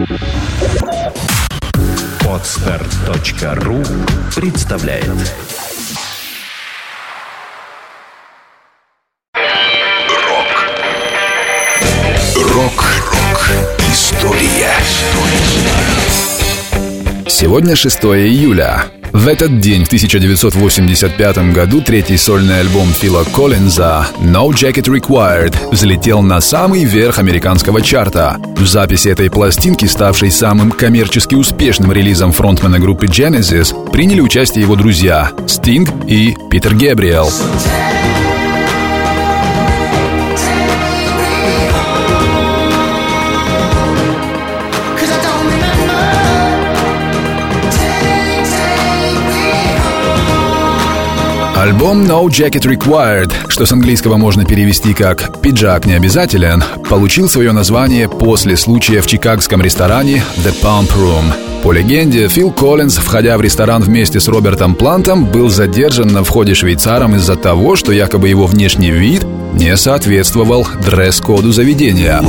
Podster.ru представляет. Рок. История. Сегодня 6 июля. В этот день, в 1985 году, третий сольный альбом Фила Коллинза «No Jacket Required» взлетел на самый верх американского чарта. В записи этой пластинки, ставшей самым коммерчески успешным релизом фронтмена группы Genesis, приняли участие его друзья Стинг и Питер Гэбриэл. Альбом «No Jacket Required», что с английского можно перевести как «пиджак не обязателен», получил свое название после случая в чикагском ресторане «The Pump Room». По легенде, Фил Коллинз, входя в ресторан вместе с Робертом Плантом, был задержан на входе швейцаром из-за того, что якобы его внешний вид не соответствовал дресс-коду заведения.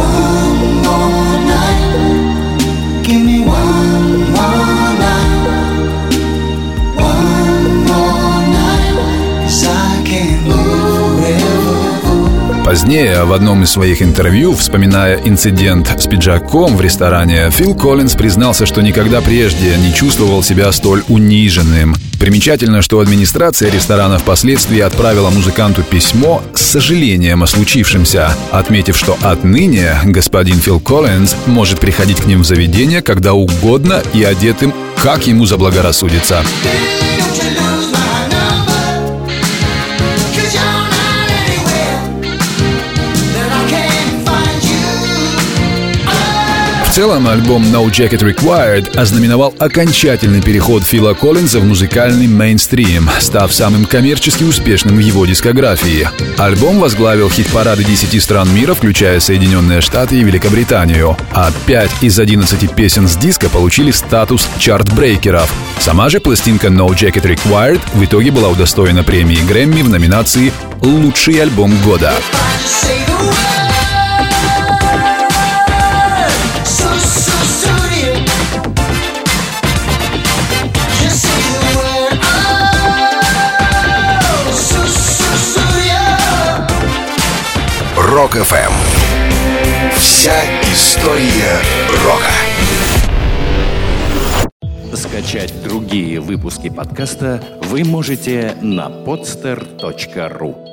Позднее, в одном из своих интервью, вспоминая инцидент с пиджаком в ресторане, Фил Коллинз признался, что никогда прежде не чувствовал себя столь униженным. Примечательно, что администрация ресторана впоследствии отправила музыканту письмо с сожалением о случившемся, отметив, что отныне господин Фил Коллинз может приходить к ним в заведение когда угодно и одетым, как ему заблагорассудится. В целом, альбом «No Jacket Required» ознаменовал окончательный переход Фила Коллинза в музыкальный мейнстрим, став самым коммерчески успешным в его дискографии. Альбом возглавил хит-парады 10 стран мира, включая Соединенные Штаты и Великобританию, а 5 из 11 песен с диска получили статус чарт-брейкеров. Сама же пластинка «No Jacket Required» в итоге была удостоена премии Грэмми в номинации «Лучший альбом года». Рок-ФМ. Вся история рока. Скачать другие выпуски подкаста вы можете на podster.ru.